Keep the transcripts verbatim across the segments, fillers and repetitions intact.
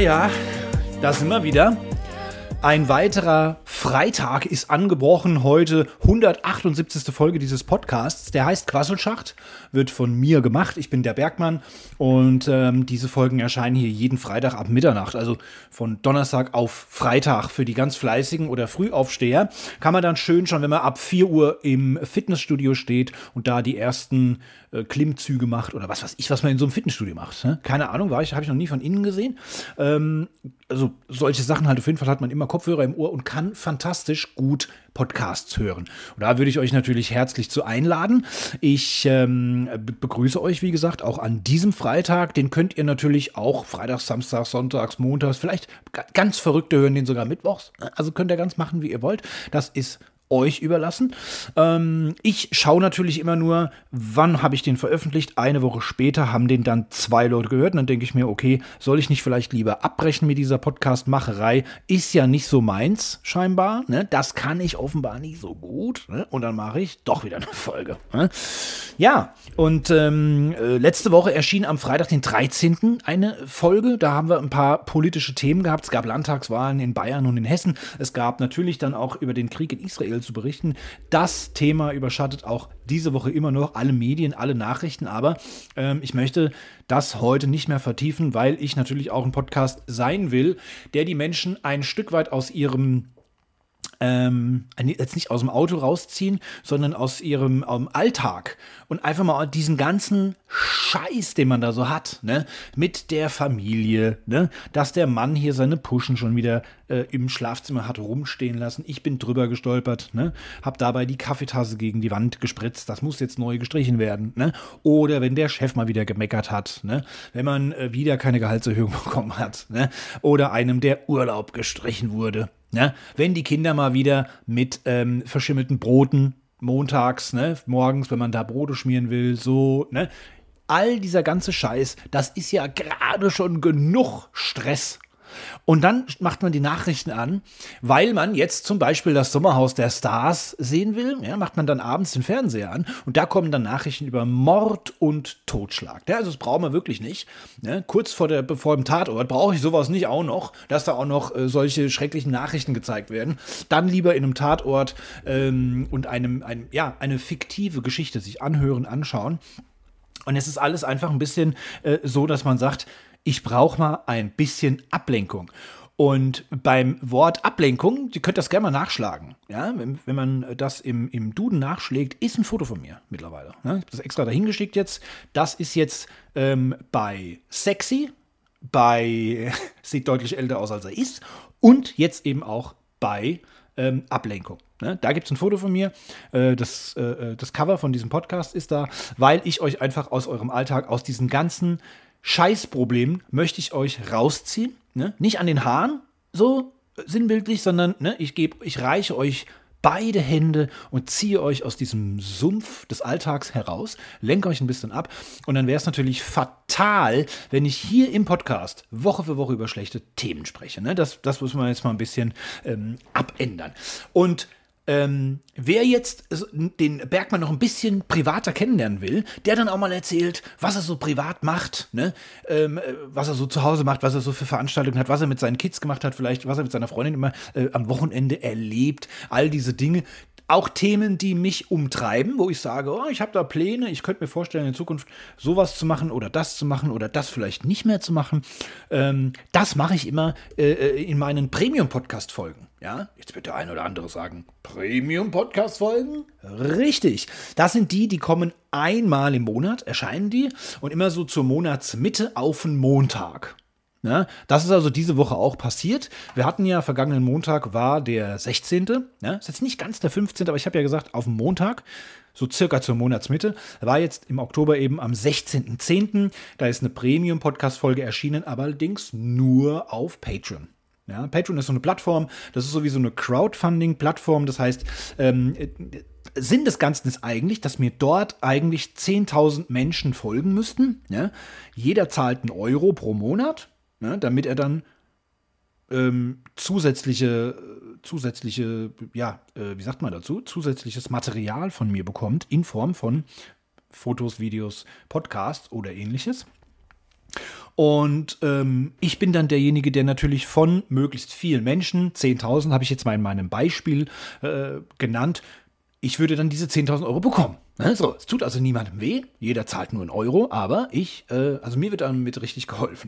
ja, da sind wir wieder. Ein weiterer Freitag ist angebrochen. Heute hundertachtundsiebzigste Folge dieses Podcasts. Der heißt Quasselschacht, wird von mir gemacht. Ich bin der Bergmann und ähm, diese Folgen erscheinen hier jeden Freitag ab Mitternacht. Also von Donnerstag auf Freitag für die ganz Fleißigen oder Frühaufsteher. Kann man dann schön schon, wenn man ab vier Uhr im Fitnessstudio steht und da die ersten äh, Klimmzüge macht oder was weiß ich, was man in so einem Fitnessstudio macht. Ne? Keine Ahnung, war ich, habe ich noch nie von innen gesehen. Ähm, also solche Sachen halt auf jeden Fall hat man immer Kopfhörer im Ohr und kann fantastisch gut Podcasts hören. Und da würde ich euch natürlich herzlich zu einladen. Ich ähm, be- begrüße euch, wie gesagt, auch an diesem Freitag. Den könnt ihr natürlich auch freitags, samstags, sonntags, montags, vielleicht ga- ganz Verrückte hören den sogar mittwochs. Also könnt ihr ganz machen, wie ihr wollt. Das ist euch überlassen. Ähm, ich schaue natürlich immer nur, wann habe ich den veröffentlicht. Eine Woche später haben den dann zwei Leute gehört. Und dann denke ich mir, okay, soll ich nicht vielleicht lieber abbrechen mit dieser Podcast-Macherei? Ist ja nicht so meins, scheinbar. Ne? Das kann ich offenbar nicht so gut. Ne? Und dann mache ich doch wieder eine Folge. Ne? Ja, und ähm, äh, letzte Woche erschien am Freitag, den dreizehnten eine Folge. Da haben wir ein paar politische Themen gehabt. Es gab Landtagswahlen in Bayern und in Hessen. Es gab natürlich dann auch über den Krieg in Israel zu berichten. Das Thema überschattet auch diese Woche immer noch alle Medien, alle Nachrichten, aber ähm, ich möchte das heute nicht mehr vertiefen, weil ich natürlich auch ein Podcast sein will, der die Menschen ein Stück weit aus ihrem Ähm, jetzt nicht aus dem Auto rausziehen, sondern aus ihrem ähm, Alltag und einfach mal diesen ganzen Scheiß, den man da so hat, ne, mit der Familie, ne, dass der Mann hier seine Puschen schon wieder äh, im Schlafzimmer hat rumstehen lassen. Ich bin drüber gestolpert, ne, hab dabei die Kaffeetasse gegen die Wand gespritzt. Das muss jetzt neu gestrichen werden, ne. Oder wenn der Chef mal wieder gemeckert hat, ne, wenn man äh, wieder keine Gehaltserhöhung bekommen hat, ne, oder einem der Urlaub gestrichen wurde. Ja, wenn die Kinder mal wieder mit ähm, verschimmelten Broten montags, ne, morgens, wenn man da Brote schmieren will, so, ne, all dieser ganze Scheiß, das ist ja gerade schon genug Stress. Und dann macht man die Nachrichten an, weil man jetzt zum Beispiel das Sommerhaus der Stars sehen will, ja, macht man dann abends den Fernseher an und da kommen dann Nachrichten über Mord und Totschlag. Ja, also das brauchen wir wirklich nicht. Ne? Kurz vor, der, vor dem Tatort brauche ich sowas nicht auch noch, dass da auch noch äh, solche schrecklichen Nachrichten gezeigt werden. Dann lieber in einem Tatort ähm, und einem, einem, ja, eine fiktive Geschichte sich anhören, anschauen. Und es ist alles einfach ein bisschen äh, so, dass man sagt, ich brauche mal ein bisschen Ablenkung. Und beim Wort Ablenkung, ihr könnt das gerne mal nachschlagen. Ja, wenn, wenn man das im, im Duden nachschlägt, ist ein Foto von mir mittlerweile. Ja, ich habe das extra dahin geschickt jetzt. Das ist jetzt ähm, bei Sexy, bei sieht deutlich älter aus, als er ist. Und jetzt eben auch bei ähm, Ablenkung. Ne? Da gibt es ein Foto von mir. Äh, das, äh, das Cover von diesem Podcast ist da, weil ich euch einfach aus eurem Alltag, aus diesen ganzen Scheißproblemen möchte ich euch rausziehen. Ne? Nicht an den Haaren, so sinnbildlich, sondern ne, ich, geb, ich reiche euch beide Hände und ziehe euch aus diesem Sumpf des Alltags heraus, lenke euch ein bisschen ab. Und dann wäre es natürlich fatal, wenn ich hier im Podcast Woche für Woche über schlechte Themen spreche. Ne? Das, das muss man jetzt mal ein bisschen ähm, abändern. Und Ähm, wer jetzt den Bergmann noch ein bisschen privater kennenlernen will, der dann auch mal erzählt, was er so privat macht, ne? ähm, was er so zu Hause macht, was er so für Veranstaltungen hat, was er mit seinen Kids gemacht hat, vielleicht was er mit seiner Freundin immer äh, am Wochenende erlebt, all diese Dinge. Auch Themen, die mich umtreiben, wo ich sage, oh, ich habe da Pläne, ich könnte mir vorstellen, in Zukunft sowas zu machen oder das zu machen oder das vielleicht nicht mehr zu machen. Ähm, das mache ich immer äh, in meinen Premium-Podcast-Folgen. Ja, jetzt wird der eine oder andere sagen, Premium-Podcast-Folgen? Richtig. Das sind die, die kommen einmal im Monat, erscheinen die und immer so zur Monatsmitte auf den Montag. Ja, das ist also diese Woche auch passiert. Wir hatten ja, vergangenen Montag war der sechzehnte. Ja, ist jetzt nicht ganz der fünfzehnte, aber ich habe ja gesagt, auf dem Montag, so circa zur Monatsmitte, war jetzt im Oktober eben am sechzehnten zehnten Da ist eine Premium-Podcast-Folge erschienen, aber allerdings nur auf Patreon. Ja, Patreon ist so eine Plattform, das ist sowieso eine Crowdfunding-Plattform, das heißt, ähm, Sinn des Ganzen ist eigentlich, dass mir dort eigentlich zehntausend Menschen folgen müssten. Ja? Jeder zahlt einen Euro pro Monat, ne, damit er dann ähm, zusätzliche, zusätzliche, ja, äh, wie sagt man dazu, zusätzliches Material von mir bekommt in Form von Fotos, Videos, Podcasts oder ähnliches. Und ähm, ich bin dann derjenige, der natürlich von möglichst vielen Menschen, zehntausend habe ich jetzt mal in meinem Beispiel äh, genannt, ich würde dann diese zehntausend Euro bekommen. So, es tut also niemandem weh, jeder zahlt nur einen Euro, aber ich, äh, also mir wird damit richtig geholfen.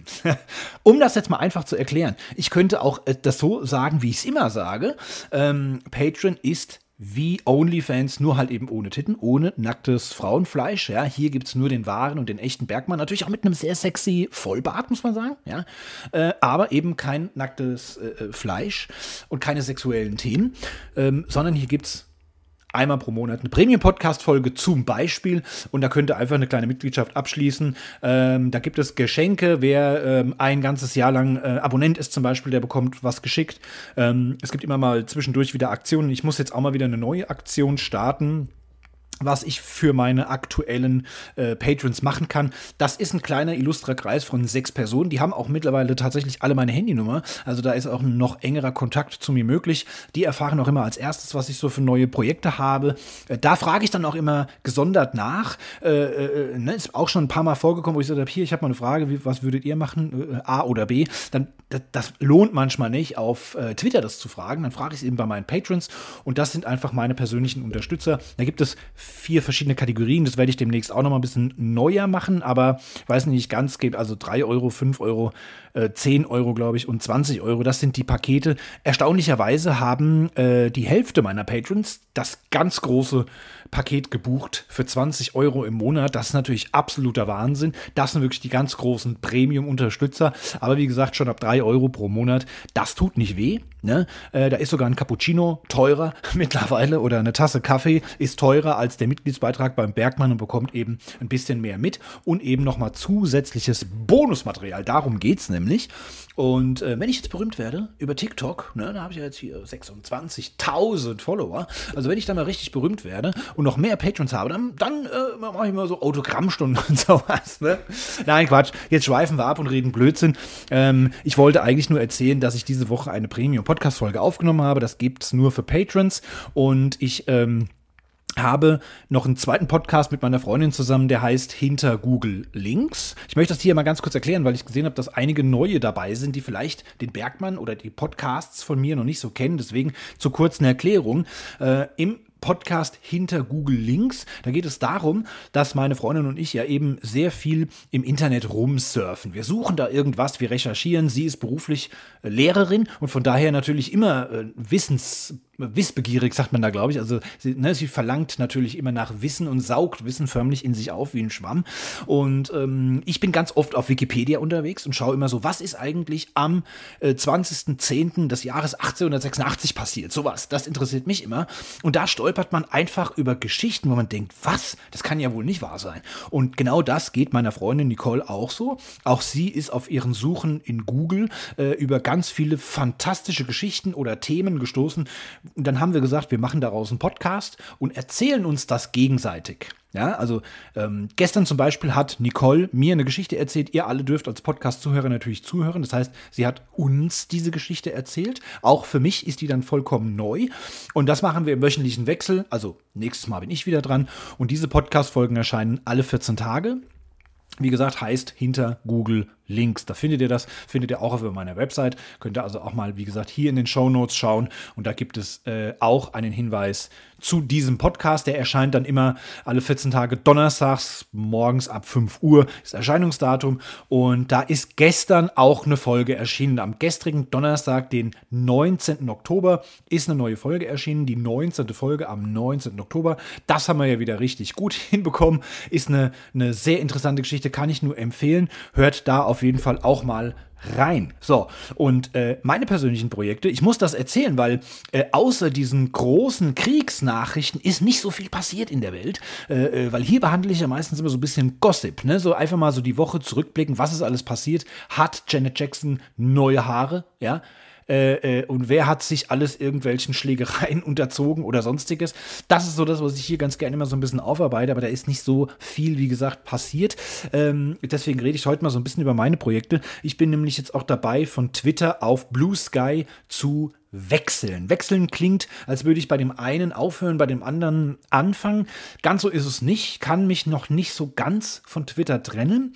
Um das jetzt mal einfach zu erklären, ich könnte auch äh, das so sagen, wie ich es immer sage, ähm, Patreon ist wie OnlyFans, nur halt eben ohne Titten, ohne nacktes Frauenfleisch. Ja, hier gibt es nur den wahren und den echten Bergmann. Natürlich auch mit einem sehr sexy Vollbart, muss man sagen. Ja, äh, aber eben kein nacktes äh, Fleisch und keine sexuellen Themen, ähm, sondern hier gibt es einmal pro Monat eine Premium-Podcast-Folge zum Beispiel und da könnt ihr einfach eine kleine Mitgliedschaft abschließen. Ähm, da gibt es Geschenke. Wer ähm, ein ganzes Jahr lang äh, Abonnent ist zum Beispiel, der bekommt was geschickt. Ähm, es gibt immer mal zwischendurch wieder Aktionen. Ich muss jetzt auch mal wieder eine neue Aktion starten, was ich für meine aktuellen äh, Patrons machen kann. Das ist ein kleiner illustrer Kreis von sechs Personen. Die haben auch mittlerweile tatsächlich alle meine Handynummer. Also da ist auch ein noch engerer Kontakt zu mir möglich. Die erfahren auch immer als erstes, was ich so für neue Projekte habe. Äh, da frage ich dann auch immer gesondert nach. Äh, äh, ne, ist auch schon ein paar Mal vorgekommen, wo ich gesagt habe, hier, ich habe mal eine Frage, wie, was würdet ihr machen? Äh, A oder B? Dann das, das lohnt manchmal nicht, auf äh, Twitter das zu fragen. Dann frage ich es eben bei meinen Patrons. Und das sind einfach meine persönlichen Unterstützer. Da gibt es vier verschiedene Kategorien. Das werde ich demnächst auch noch mal ein bisschen neuer machen, aber weiß nicht ganz, geht also drei Euro, fünf Euro, äh, zehn Euro, glaube ich, und zwanzig Euro. Das sind die Pakete. Erstaunlicherweise haben äh, die Hälfte meiner Patrons das ganz große Paket gebucht für zwanzig Euro im Monat. Das ist natürlich absoluter Wahnsinn. Das sind wirklich die ganz großen Premium-Unterstützer. Aber wie gesagt, schon ab drei Euro pro Monat. Das tut nicht weh. Ne? Äh, da ist sogar ein Cappuccino teurer mittlerweile oder eine Tasse Kaffee ist teurer als der Mitgliedsbeitrag beim Bergmann und bekommt eben ein bisschen mehr mit und eben nochmal zusätzliches Bonusmaterial. Darum geht es nämlich. Und äh, wenn ich jetzt berühmt werde über TikTok, ne, da habe ich ja jetzt hier sechsundzwanzigtausend Follower. Also wenn ich dann mal richtig berühmt werde und noch mehr Patrons habe, dann, dann äh, mache ich mal so Autogrammstunden und sowas. Ne? Nein, Quatsch. Jetzt schweifen wir ab und reden Blödsinn. Ähm, ich wollte eigentlich nur erzählen, dass ich diese Woche eine Premium-Podcast-Folge aufgenommen habe. Das gibt es nur für Patrons. Und ich ähm, habe noch einen zweiten Podcast mit meiner Freundin zusammen, der heißt Hinter Google Links. Ich möchte das hier mal ganz kurz erklären, weil ich gesehen habe, dass einige neue dabei sind, die vielleicht den Bergmann oder die Podcasts von mir noch nicht so kennen. Deswegen zur kurzen Erklärung. Äh, Im Podcast Hinter Google Links. Da geht es darum, dass meine Freundin und ich ja eben sehr viel im Internet rumsurfen. Wir suchen da irgendwas, wir recherchieren. Sie ist beruflich äh, Lehrerin und von daher natürlich immer äh, Wissens wissbegierig, sagt man da, glaube ich. Also sie, ne, sie verlangt natürlich immer nach Wissen und saugt Wissen förmlich in sich auf wie ein Schwamm. Und ähm, ich bin ganz oft auf Wikipedia unterwegs und schaue immer so, was ist eigentlich am äh, zwanzigsten zehnten des Jahres achtzehnhundertsechsundachtzig passiert. Sowas, das interessiert mich immer. Und da stolpert man einfach über Geschichten, wo man denkt, was? Das kann ja wohl nicht wahr sein. Und genau das geht meiner Freundin Nicole auch so. Auch sie ist auf ihren Suchen in Google äh, über ganz viele fantastische Geschichten oder Themen gestoßen. Und dann haben wir gesagt, wir machen daraus einen Podcast und erzählen uns das gegenseitig. Ja, also ähm, gestern zum Beispiel hat Nicole mir eine Geschichte erzählt. Ihr alle dürft als Podcast-Zuhörer natürlich zuhören. Das heißt, sie hat uns diese Geschichte erzählt. Auch für mich ist die dann vollkommen neu. Und das machen wir im wöchentlichen Wechsel. Also nächstes Mal bin ich wieder dran. Und diese Podcast-Folgen erscheinen alle vierzehn Tage. Wie gesagt, heißt Hinter Google Links. Da findet ihr das, findet ihr auch auf meiner Website. Könnt ihr also auch mal, wie gesagt, hier in den Shownotes schauen. Und da gibt es äh, auch einen Hinweis zu diesem Podcast. Der erscheint dann immer alle vierzehn Tage donnerstags, morgens ab fünf Uhr ist Erscheinungsdatum. Und da ist gestern auch eine Folge erschienen. Am gestrigen Donnerstag, den neunzehnten Oktober, ist eine neue Folge erschienen. Die neunzehnte Folge am neunzehnten Oktober. Das haben wir ja wieder richtig gut hinbekommen. Ist eine, eine sehr interessante Geschichte, kann ich nur empfehlen. Hört da auf jeden Fall auch mal rein. So, und äh, meine persönlichen Projekte, ich muss das erzählen, weil äh, außer diesen großen Kriegsnachrichten ist nicht so viel passiert in der Welt, äh, weil hier behandle ich ja meistens immer so ein bisschen Gossip, ne? So einfach mal so die Woche zurückblicken, was ist alles passiert, hat Janet Jackson neue Haare, ja? Äh, äh, und wer hat sich alles irgendwelchen Schlägereien unterzogen oder sonstiges. Das ist so das, was ich hier ganz gerne immer so ein bisschen aufarbeite, aber da ist nicht so viel, wie gesagt, passiert. Ähm, deswegen rede ich heute mal so ein bisschen über meine Projekte. Ich bin nämlich jetzt auch dabei, von Twitter auf Blue Sky zu wechseln. Wechseln klingt, als würde ich bei dem einen aufhören, bei dem anderen anfangen. Ganz so ist es nicht. Kann mich noch nicht so ganz von Twitter trennen.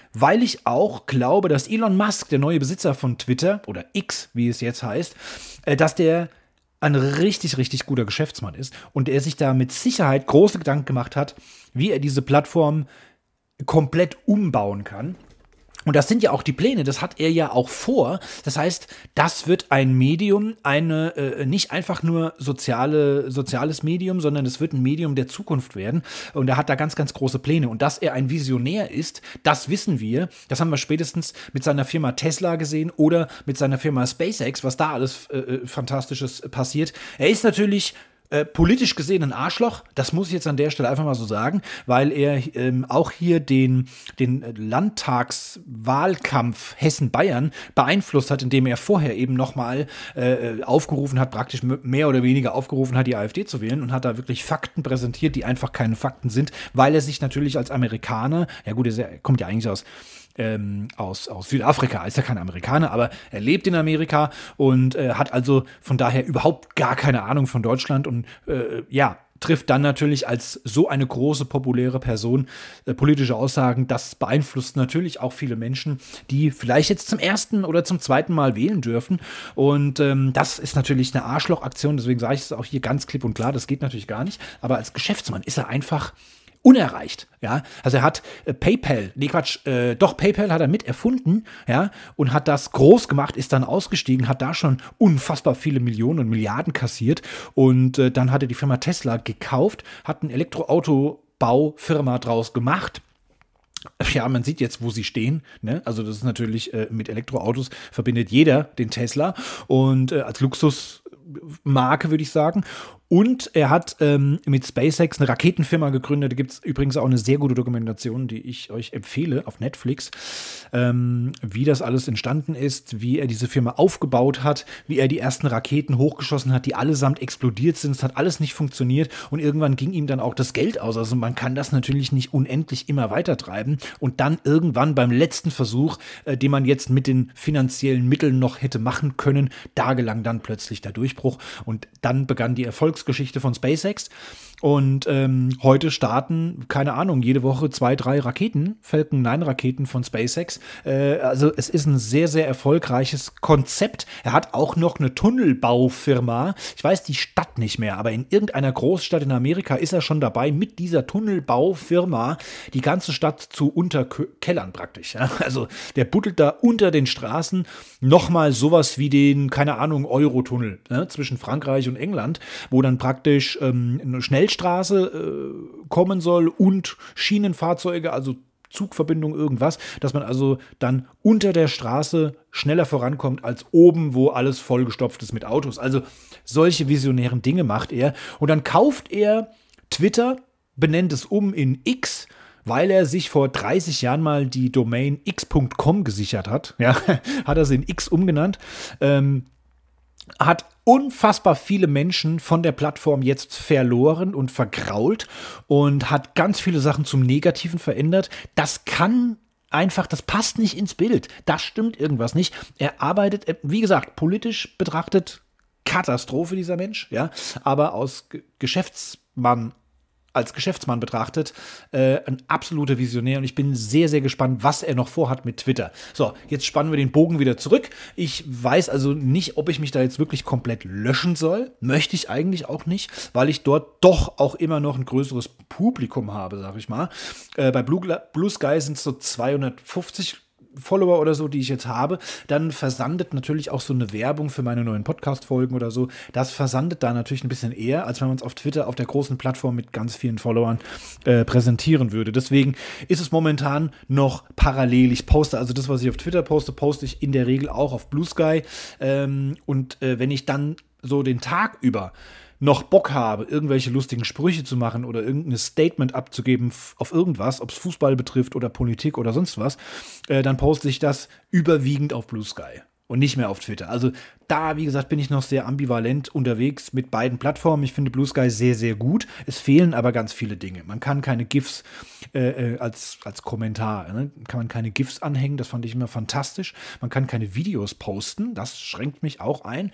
weil ich auch glaube, dass Elon Musk, der neue Besitzer von Twitter, oder X, wie es jetzt heißt, äh, dass der ein richtig, richtig guter Geschäftsmann ist und er sich da mit Sicherheit große Gedanken gemacht hat, wie er diese Plattform komplett umbauen kann. Und das sind ja auch die Pläne, das hat er ja auch vor. Das heißt, das wird ein Medium, eine äh, nicht einfach nur soziale, soziales Medium, sondern es wird ein Medium der Zukunft werden. Und er hat da ganz, ganz große Pläne. Und dass er ein Visionär ist, das wissen wir. Das haben wir spätestens mit seiner Firma Tesla gesehen oder mit seiner Firma SpaceX, was da alles äh, Fantastisches passiert. Er ist natürlich Äh, politisch gesehen ein Arschloch, das muss ich jetzt an der Stelle einfach mal so sagen, weil er ähm, auch hier den, den Landtagswahlkampf Hessen-Bayern beeinflusst hat, indem er vorher eben nochmal äh, aufgerufen hat, praktisch mehr oder weniger aufgerufen hat, die AfD zu wählen und hat da wirklich Fakten präsentiert, die einfach keine Fakten sind, weil er sich natürlich als Amerikaner, ja gut, er kommt ja eigentlich aus Ähm, aus, aus Südafrika, ist ja kein Amerikaner, aber er lebt in Amerika und äh, hat also von daher überhaupt gar keine Ahnung von Deutschland und äh, ja, trifft dann natürlich als so eine große, populäre Person äh, politische Aussagen. Das beeinflusst natürlich auch viele Menschen, die vielleicht jetzt zum ersten oder zum zweiten Mal wählen dürfen. Und ähm, das ist natürlich eine Arschlochaktion, deswegen sage ich es auch hier ganz klipp und klar, das geht natürlich gar nicht. Aber als Geschäftsmann ist er einfach unerreicht, ja, also er hat äh, PayPal, nee Quatsch, äh, doch PayPal hat er mit erfunden, ja, und hat das groß gemacht, ist dann ausgestiegen, hat da schon unfassbar viele Millionen und Milliarden kassiert und äh, dann hat er die Firma Tesla gekauft, hat eine Elektroautobaufirma draus gemacht. Ja, man sieht jetzt, wo sie stehen, ne? Also das ist natürlich äh, mit Elektroautos verbindet jeder den Tesla und äh, als Luxusmarke würde ich sagen. Und er hat ähm, mit SpaceX eine Raketenfirma gegründet. Da gibt es übrigens auch eine sehr gute Dokumentation, die ich euch empfehle auf Netflix, ähm, wie das alles entstanden ist, wie er diese Firma aufgebaut hat, wie er die ersten Raketen hochgeschossen hat, die allesamt explodiert sind. Es hat alles nicht funktioniert und irgendwann ging ihm dann auch das Geld aus. Also man kann das natürlich nicht unendlich immer weitertreiben. Und dann irgendwann beim letzten Versuch, äh, den man jetzt mit den finanziellen Mitteln noch hätte machen können, da gelang dann plötzlich der Durchbruch und dann begann die Erfolgsgeschichte von SpaceX. Und ähm, heute starten, keine Ahnung, jede Woche zwei, drei Raketen, Falcon neun Raketen von SpaceX. Äh, also es ist ein sehr, sehr erfolgreiches Konzept. Er hat auch noch eine Tunnelbaufirma. Ich weiß die Stadt nicht mehr, aber in irgendeiner Großstadt in Amerika ist er schon dabei, mit dieser Tunnelbaufirma die ganze Stadt zu unterkellern praktisch. Ja? Also der buddelt da unter den Straßen nochmal sowas wie den, keine Ahnung, Eurotunnel, ne, zwischen Frankreich und England, wo dann praktisch ähm, eine Schnellstraße äh, kommen soll und Schienenfahrzeuge, also Zugverbindung, irgendwas, dass man also dann unter der Straße schneller vorankommt als oben, wo alles vollgestopft ist mit Autos. Also solche visionären Dinge macht er. Und dann kauft er Twitter, benennt es um in X, weil er sich vor dreißig Jahren mal die Domain x punkt com gesichert hat. Ja, hat er sie in X umgenannt. Ähm, hat unfassbar viele Menschen von der Plattform jetzt verloren und vergrault und hat ganz viele Sachen zum Negativen verändert. Das kann einfach, das passt nicht ins Bild. Das stimmt irgendwas nicht. Er arbeitet, wie gesagt, politisch betrachtet Katastrophe, dieser Mensch, ja, aber aus G- Geschäftsmann als Geschäftsmann betrachtet, äh, ein absoluter Visionär und ich bin sehr, sehr gespannt, was er noch vorhat mit Twitter. So, jetzt spannen wir den Bogen wieder zurück. Ich weiß also nicht, ob ich mich da jetzt wirklich komplett löschen soll. Möchte ich eigentlich auch nicht, weil ich dort doch auch immer noch ein größeres Publikum habe, sag ich mal. Äh, bei Blue, Blue Sky sind es so zweihundertfünfzig Follower oder so, die ich jetzt habe, dann versandet natürlich auch so eine Werbung für meine neuen Podcast-Folgen oder so. Das versandet da natürlich ein bisschen eher, als wenn man es auf Twitter, auf der großen Plattform mit ganz vielen Followern äh, präsentieren würde. Deswegen ist es momentan noch parallel. Ich poste also das, was ich auf Twitter poste, poste ich in der Regel auch auf Blue Sky. Ähm, und äh, wenn ich dann so den Tag über noch Bock habe, irgendwelche lustigen Sprüche zu machen oder irgendein Statement abzugeben auf irgendwas, ob es Fußball betrifft oder Politik oder sonst was, äh, dann poste ich das überwiegend auf Blue Sky. und nicht mehr auf Twitter. Also da, wie gesagt, bin ich noch sehr ambivalent unterwegs mit beiden Plattformen. Ich finde Blue Sky sehr, sehr gut. Es fehlen aber ganz viele Dinge. Man kann keine GIFs äh, als, als Kommentar, ne? Kann man keine GIFs anhängen. Das fand ich immer fantastisch. Man kann keine Videos posten. Das schränkt mich auch ein.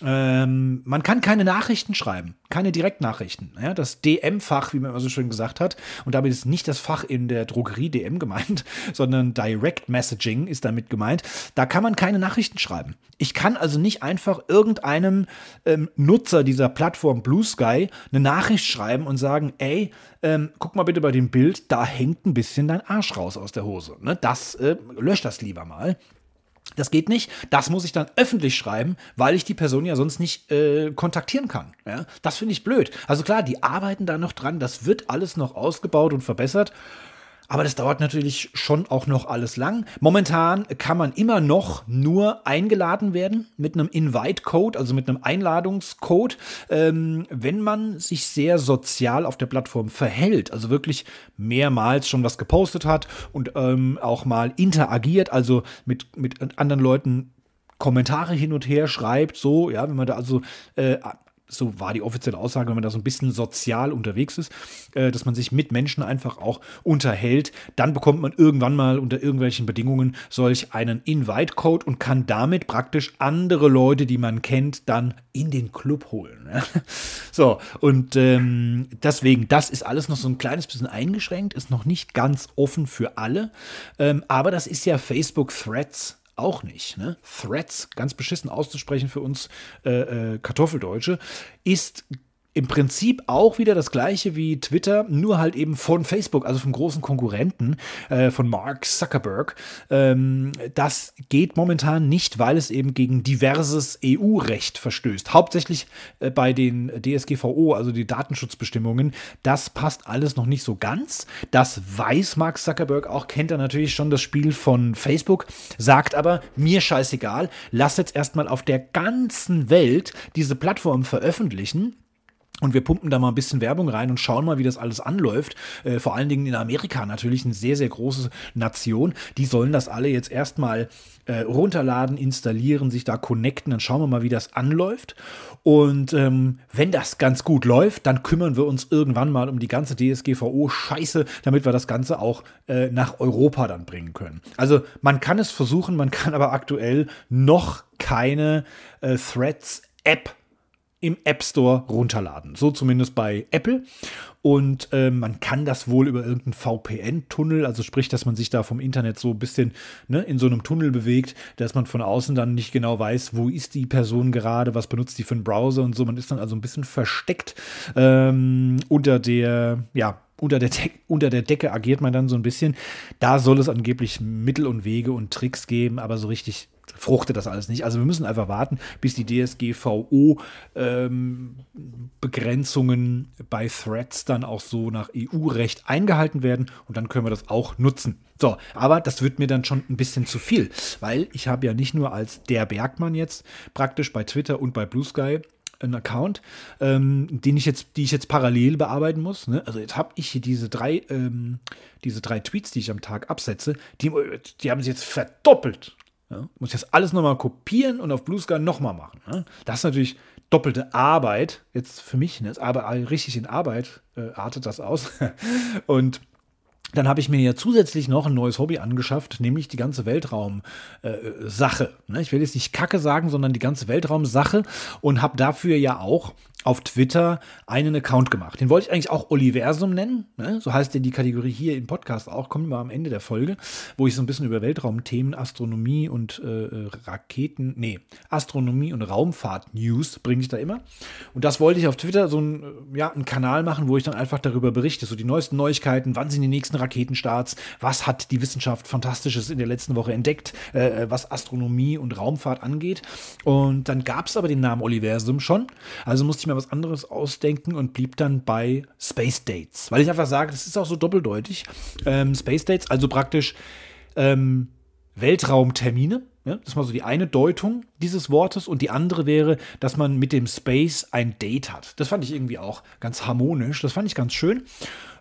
Ähm, man kann keine Nachrichten schreiben. Keine Direktnachrichten. Ja? Das D M-Fach, wie man immer so schön gesagt hat. Und damit ist nicht das Fach in der Drogerie D M gemeint, sondern Direct Messaging ist damit gemeint. Da kann man keine Nachrichten schreiben. Ich kann also nicht einfach irgendeinem ähm, Nutzer dieser Plattform Blue Sky eine Nachricht schreiben und sagen, ey, ähm, guck mal bitte bei dem Bild, da hängt ein bisschen dein Arsch raus aus der Hose. Ne? Das, äh, lösch das lieber mal. Das geht nicht. Das muss ich dann öffentlich schreiben, weil ich die Person ja sonst nicht äh, kontaktieren kann. Ja? Das finde ich blöd. Also klar, die arbeiten da noch dran. Das wird alles noch ausgebaut und verbessert. Aber das dauert natürlich schon auch noch alles lang. Momentan kann man immer noch nur eingeladen werden mit einem Invite-Code, also mit einem Einladungscode, ähm, wenn man sich sehr sozial auf der Plattform verhält. Also wirklich mehrmals schon was gepostet hat und ähm, auch mal interagiert, also mit, mit anderen Leuten Kommentare hin und her schreibt. So, ja, wenn man da also äh, so war die offizielle Aussage, wenn man da so ein bisschen sozial unterwegs ist, äh, dass man sich mit Menschen einfach auch unterhält, dann bekommt man irgendwann mal unter irgendwelchen Bedingungen solch einen Invite-Code und kann damit praktisch andere Leute, die man kennt, dann in den Club holen. Ja? So, und ähm, deswegen, das ist alles noch so ein kleines bisschen eingeschränkt, ist noch nicht ganz offen für alle, ähm, aber das ist ja Facebook Threads auch nicht. Ne? Threads, ganz beschissen auszusprechen für uns äh, äh, Kartoffeldeutsche, ist im Prinzip auch wieder das gleiche wie Twitter, nur halt eben von Facebook, also vom großen Konkurrenten äh, von Mark Zuckerberg. Ähm, das geht momentan nicht, weil es eben gegen diverses E U-Recht verstößt. Hauptsächlich äh, bei den D S G V O, also die Datenschutzbestimmungen. Das passt alles noch nicht so ganz. Das weiß Mark Zuckerberg auch, kennt er natürlich schon das Spiel von Facebook, sagt aber, mir scheißegal, lass jetzt erstmal auf der ganzen Welt diese Plattform veröffentlichen. Und wir pumpen da mal ein bisschen Werbung rein und schauen mal, wie das alles anläuft. Äh, vor allen Dingen in Amerika natürlich eine sehr, sehr große Nation. Die sollen das alle jetzt erstmal äh, runterladen, installieren, sich da connecten. Dann schauen wir mal, wie das anläuft. Und ähm, wenn das ganz gut läuft, dann kümmern wir uns irgendwann mal um die ganze D S G V O-Scheiße, damit wir das Ganze auch äh, nach Europa dann bringen können. Also man kann es versuchen, man kann aber aktuell noch keine äh, Threads-App im App Store runterladen. So zumindest bei Apple. Und äh, man kann das wohl über irgendeinen V P N-Tunnel, also sprich, dass man sich da vom Internet so ein bisschen ne, in so einem Tunnel bewegt, dass man von außen dann nicht genau weiß, wo ist die Person gerade, was benutzt die für einen Browser und so. Man ist dann also ein bisschen versteckt ähm, unter der, ja, Unter der, De- unter der Decke agiert man dann so ein bisschen. Da soll es angeblich Mittel und Wege und Tricks geben, aber so richtig fruchtet das alles nicht. Also wir müssen einfach warten, bis die D S G V O-Begrenzungen ähm, bei Threads dann auch so nach E U-Recht eingehalten werden und dann können wir das auch nutzen. So, aber das wird mir dann schon ein bisschen zu viel, weil ich habe ja nicht nur als der Bergmann jetzt praktisch bei Twitter und bei Blue Sky einen Account, ähm, den ich jetzt, die ich jetzt parallel bearbeiten muss. Ne? Also jetzt habe ich hier diese drei, ähm, diese drei Tweets, die ich am Tag absetze, die, die haben sich jetzt verdoppelt. Ja? Muss ich das alles nochmal kopieren und auf Blue Sky nochmal machen. Ne? Das ist natürlich doppelte Arbeit, jetzt für mich, ne? Jetzt aber richtig in Arbeit äh, artet das aus. Und dann habe ich mir ja zusätzlich noch ein neues Hobby angeschafft, nämlich die ganze Weltraum-Sache. Äh, ich will jetzt nicht Kacke sagen, sondern die ganze Weltraum-Sache und habe dafür ja auch auf Twitter einen Account gemacht. Den wollte ich eigentlich auch Oliversum nennen, ne? So heißt ja die Kategorie hier im Podcast auch, kommt mal am Ende der Folge, wo ich so ein bisschen über Weltraumthemen, Astronomie und äh, Raketen, nee, Astronomie und Raumfahrt-News bringe ich da immer. Und das wollte ich auf Twitter so ein, ja, einen Kanal machen, wo ich dann einfach darüber berichte, so die neuesten Neuigkeiten, wann sind die nächsten Raketenstarts, was hat die Wissenschaft Fantastisches in der letzten Woche entdeckt, äh, was Astronomie und Raumfahrt angeht. Und dann gab es aber den Namen Oliversum schon, also musste ich mir was anderes ausdenken und blieb dann bei Space Dates. Weil ich einfach sage, das ist auch so doppeldeutig. Ähm, Space Dates, also praktisch ähm, Weltraumtermine. Ja? Das ist mal so die eine Deutung dieses Wortes. Und die andere wäre, dass man mit dem Space ein Date hat. Das fand ich irgendwie auch ganz harmonisch. Das fand ich ganz schön.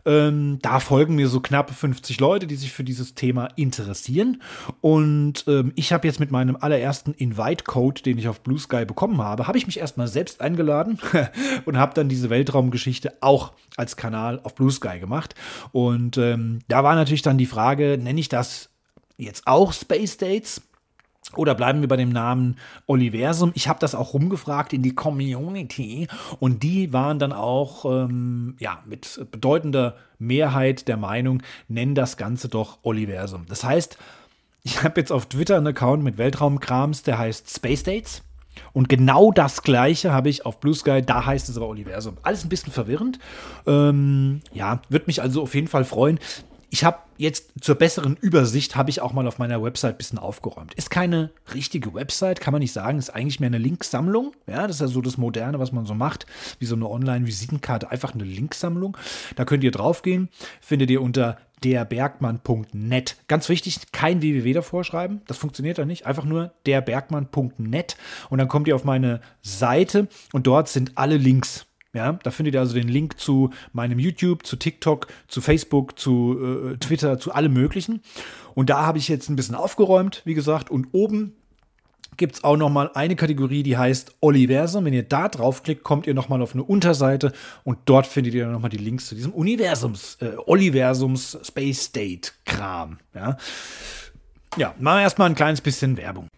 Ähm, da folgen mir so knappe fünfzig Leute, die sich für dieses Thema interessieren. Und ähm, ich habe jetzt mit meinem allerersten Invite-Code, den ich auf Blue Sky bekommen habe, habe ich mich erstmal selbst eingeladen und habe dann diese Weltraumgeschichte auch als Kanal auf Blue Sky gemacht. Und ähm, da war natürlich dann die Frage, nenne ich das jetzt auch Space Dates? Oder bleiben wir bei dem Namen Oliversum? Ich habe das auch rumgefragt in die Community und die waren dann auch ähm, ja, mit bedeutender Mehrheit der Meinung, nennen das Ganze doch Oliversum. Das heißt, ich habe jetzt auf Twitter einen Account mit Weltraumkrams, der heißt Space Dates. Und genau das Gleiche habe ich auf Blue Sky, da heißt es aber Oliversum. Alles ein bisschen verwirrend. Ähm, ja, würde mich also auf jeden Fall freuen. Ich habe jetzt zur besseren Übersicht, habe ich auch mal auf meiner Website ein bisschen aufgeräumt. Ist keine richtige Website, kann man nicht sagen, ist eigentlich mehr eine Linksammlung. Ja, das ist ja so das Moderne, was man so macht, wie so eine Online-Visitenkarte, einfach eine Linksammlung. Da könnt ihr draufgehen, findet ihr unter derbergmann punkt net. Ganz wichtig, kein www davor schreiben, das funktioniert da nicht, einfach nur derbergmann punkt net und dann kommt ihr auf meine Seite und dort sind alle Links. Ja, da findet ihr also den Link zu meinem YouTube, zu TikTok, zu Facebook, zu äh, Twitter, zu allem Möglichen. Und da habe ich jetzt ein bisschen aufgeräumt, wie gesagt. Und oben gibt es auch nochmal eine Kategorie, die heißt Oliversum. Wenn ihr da draufklickt, kommt ihr nochmal auf eine Unterseite und dort findet ihr nochmal die Links zu diesem Universums, äh, Oliversums Space State Kram. Ja, ja, machen wir erstmal ein kleines bisschen Werbung.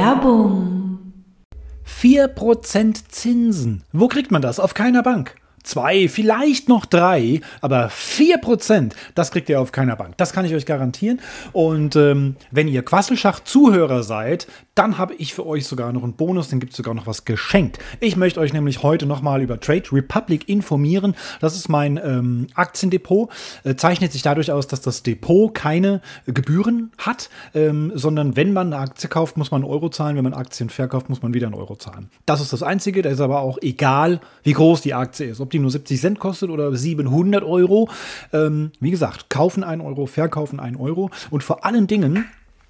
Werbung. vier Prozent Zinsen. Wo kriegt man das? Auf keiner Bank. Zwei, vielleicht noch drei, aber vier Prozent, das kriegt ihr auf keiner Bank. Das kann ich euch garantieren. Und ähm, wenn ihr Quasselschacht-Zuhörer seid, dann habe ich für euch sogar noch einen Bonus, dann gibt es sogar noch was geschenkt. Ich möchte euch nämlich heute nochmal über Trade Republic informieren. Das ist mein ähm, Aktiendepot. Äh, zeichnet sich dadurch aus, dass das Depot keine äh, Gebühren hat, ähm, sondern wenn man eine Aktie kauft, muss man einen Euro zahlen. Wenn man Aktien verkauft, muss man wieder einen Euro zahlen. Das ist das Einzige. Da ist aber auch egal, wie groß die Aktie ist. Ob die nur siebzig Cent kostet oder siebenhundert Euro. Ähm, wie gesagt, kaufen einen Euro, verkaufen einen Euro. Und vor allen Dingen,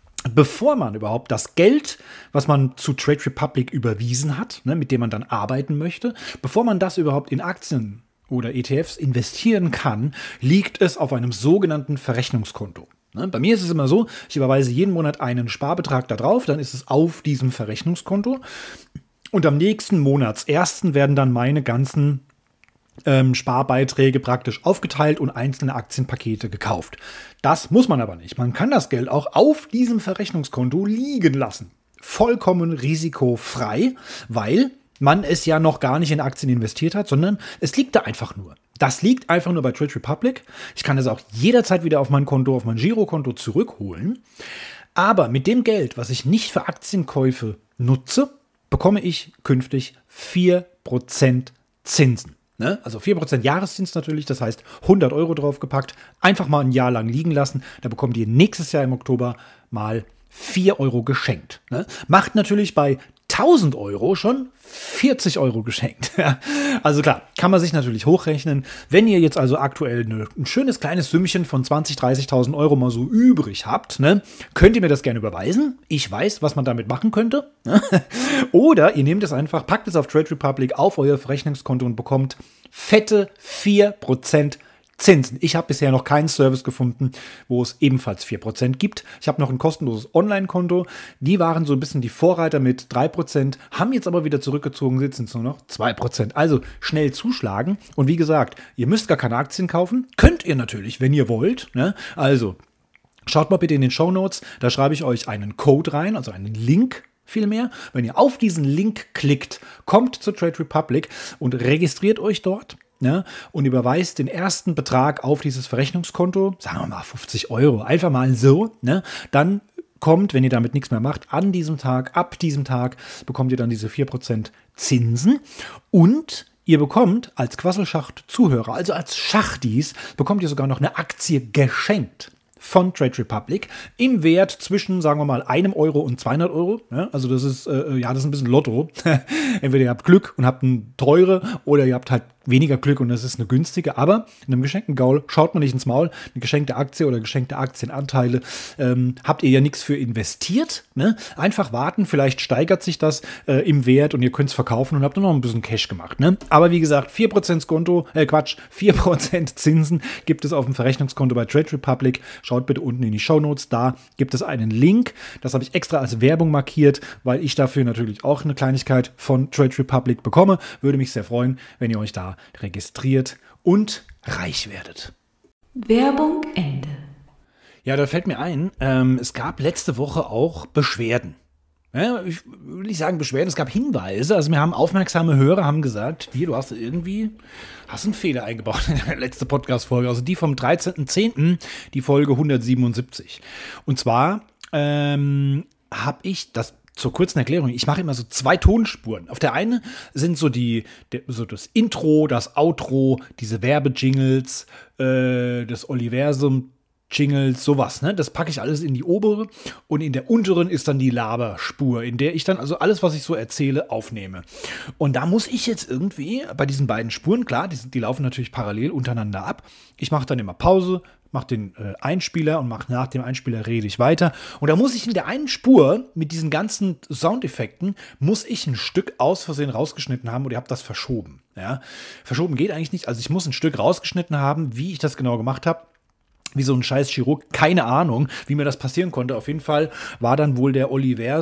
bevor man überhaupt das Geld, was man zu Trade Republic überwiesen hat, ne, mit dem man dann arbeiten möchte, bevor man das überhaupt in Aktien oder E T Fs investieren kann, liegt es auf einem sogenannten Verrechnungskonto. Ne, bei mir ist es immer so, ich überweise jeden Monat einen Sparbetrag da drauf, dann ist es auf diesem Verrechnungskonto. Und am nächsten Monatsersten werden dann meine ganzen Ähm, Sparbeiträge praktisch aufgeteilt und einzelne Aktienpakete gekauft. Das muss man aber nicht. Man kann das Geld auch auf diesem Verrechnungskonto liegen lassen. Vollkommen risikofrei, weil man es ja noch gar nicht in Aktien investiert hat, sondern es liegt da einfach nur. Das liegt einfach nur bei Trade Republic. Ich kann es auch jederzeit wieder auf mein Konto, auf mein Girokonto zurückholen. Aber mit dem Geld, was ich nicht für Aktienkäufe nutze, bekomme ich künftig vier Prozent Zinsen. Ne? Also vier Prozent Jahreszins natürlich, das heißt hundert Euro draufgepackt, einfach mal ein Jahr lang liegen lassen, da bekommt ihr nächstes Jahr im Oktober mal vier Euro geschenkt. Ne? Macht natürlich bei tausend Euro schon vierzig Euro geschenkt. Also klar, kann man sich natürlich hochrechnen. Wenn ihr jetzt also aktuell eine, ein schönes kleines Sümmchen von zwanzigtausend, dreißigtausend Euro mal so übrig habt, ne, könnt ihr mir das gerne überweisen. Ich weiß, was man damit machen könnte. Oder ihr nehmt es einfach, packt es auf Trade Republic auf euer Verrechnungskonto und bekommt fette vier Prozent Zinsen. Ich habe bisher noch keinen Service gefunden, wo es ebenfalls vier Prozent gibt. Ich habe noch ein kostenloses Online-Konto. Die waren so ein bisschen die Vorreiter mit drei Prozent, haben jetzt aber wieder zurückgezogen, sitzen es nur noch zwei Prozent. Also schnell zuschlagen. Und wie gesagt, ihr müsst gar keine Aktien kaufen. Könnt ihr natürlich, wenn ihr wollt. Ne? Also schaut mal bitte in den Shownotes. Da schreibe ich euch einen Code rein, also einen Link. Vielmehr, wenn ihr auf diesen Link klickt, kommt zur Trade Republic und registriert euch dort. Ne, und überweist den ersten Betrag auf dieses Verrechnungskonto, sagen wir mal fünfzig Euro, einfach mal so, ne, dann kommt, wenn ihr damit nichts mehr macht, an diesem Tag, ab diesem Tag, bekommt ihr dann diese vier Prozent Zinsen und ihr bekommt als Quasselschacht-Zuhörer, also als Schachtis, bekommt ihr sogar noch eine Aktie geschenkt von Trade Republic im Wert zwischen, sagen wir mal, einem Euro und zweihundert Euro. Ja, also das ist, äh, ja, das ist ein bisschen Lotto. Entweder ihr habt Glück und habt eine teure oder ihr habt halt weniger Glück und es ist eine günstige, aber in einem geschenkten Gaul schaut man nicht ins Maul. Eine geschenkte Aktie oder geschenkte Aktienanteile ähm, habt ihr ja nichts für investiert. Ne? Einfach warten, vielleicht steigert sich das äh, im Wert und ihr könnt es verkaufen und habt nur noch ein bisschen Cash gemacht. Ne? Aber wie gesagt, vier Prozent Skonto, äh Quatsch, vier Prozent Zinsen gibt es auf dem Verrechnungskonto bei Trade Republic. Schaut bitte unten in die Shownotes, da gibt es einen Link. Das habe ich extra als Werbung markiert, weil ich dafür natürlich auch eine Kleinigkeit von Trade Republic bekomme. Würde mich sehr freuen, wenn ihr euch da registriert und reich werdet. Werbung Ende. Ja, da fällt mir ein, ähm, es gab letzte Woche auch Beschwerden. Ja, ich will nicht sagen Beschwerden, es gab Hinweise. Also mir haben aufmerksame Hörer haben gesagt, hier, du hast irgendwie hast einen Fehler eingebaut in der letzten Podcast-Folge. Also die vom dreizehnten zehnten, die Folge hundertsiebenundsiebzig. Und zwar ähm, habe ich das zur kurzen Erklärung, ich mache immer so zwei Tonspuren. Auf der einen sind so die, der, so das Intro, das Outro, diese Werbejingles, äh, das Oliversum, Jingles, sowas, ne? Das packe ich alles in die obere und in der unteren ist dann die Laberspur, in der ich dann also alles, was ich so erzähle, aufnehme. Und da muss ich jetzt irgendwie bei diesen beiden Spuren, klar, die, die laufen natürlich parallel untereinander ab. Ich mache dann immer Pause, mache den äh, Einspieler und mache nach dem Einspieler rede ich weiter. Und da muss ich in der einen Spur mit diesen ganzen Soundeffekten, muss ich ein Stück aus Versehen rausgeschnitten haben oder ihr habt das verschoben. Ja? Verschoben geht eigentlich nicht, also ich muss ein Stück rausgeschnitten haben, wie ich das genau gemacht habe. Wie so ein scheiß Chirurg, keine Ahnung, wie mir das passieren konnte. Auf jeden Fall war dann wohl der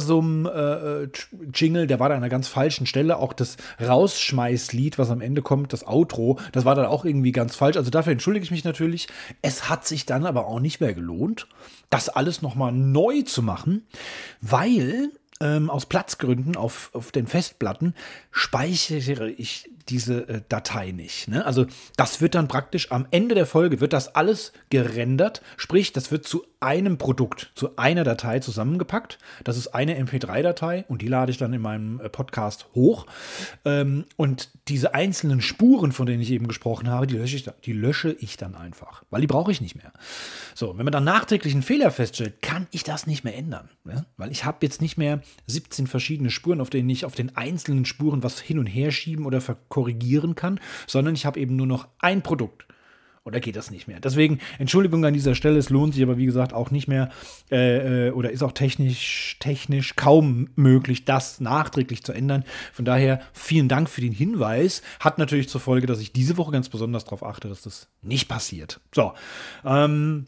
Oliversum-Jingle, äh, der war da an einer ganz falschen Stelle. Auch das Rausschmeißlied, was am Ende kommt, das Outro, das war dann auch irgendwie ganz falsch. Also dafür entschuldige ich mich natürlich. Es hat sich dann aber auch nicht mehr gelohnt, das alles nochmal neu zu machen, weil ähm, aus Platzgründen auf, auf den Festplatten speichere ich diese äh, Datei nicht. Ne? Also das wird dann praktisch am Ende der Folge, wird das alles gerendert, sprich, das wird zu einem Produkt, zu einer Datei zusammengepackt. Das ist eine M P drei Datei und die lade ich dann in meinem äh, Podcast hoch. Ähm, und diese einzelnen Spuren, von denen ich eben gesprochen habe, die lösche ich, da, die lösche ich dann einfach, weil die brauche ich nicht mehr. So, wenn man dann nachträglich einen Fehler feststellt, kann ich das nicht mehr ändern. Ne? Weil ich habe jetzt nicht mehr siebzehn verschiedene Spuren, auf denen ich auf den einzelnen Spuren was hin und her schieben oder korrigieren kann, sondern ich habe eben nur noch ein Produkt. Und da geht das nicht mehr. Deswegen Entschuldigung an dieser Stelle, es lohnt sich aber wie gesagt auch nicht mehr äh, oder ist auch technisch, technisch kaum möglich, das nachträglich zu ändern. Von daher vielen Dank für den Hinweis. Hat natürlich zur Folge, dass ich diese Woche ganz besonders darauf achte, dass das nicht passiert. So, ähm,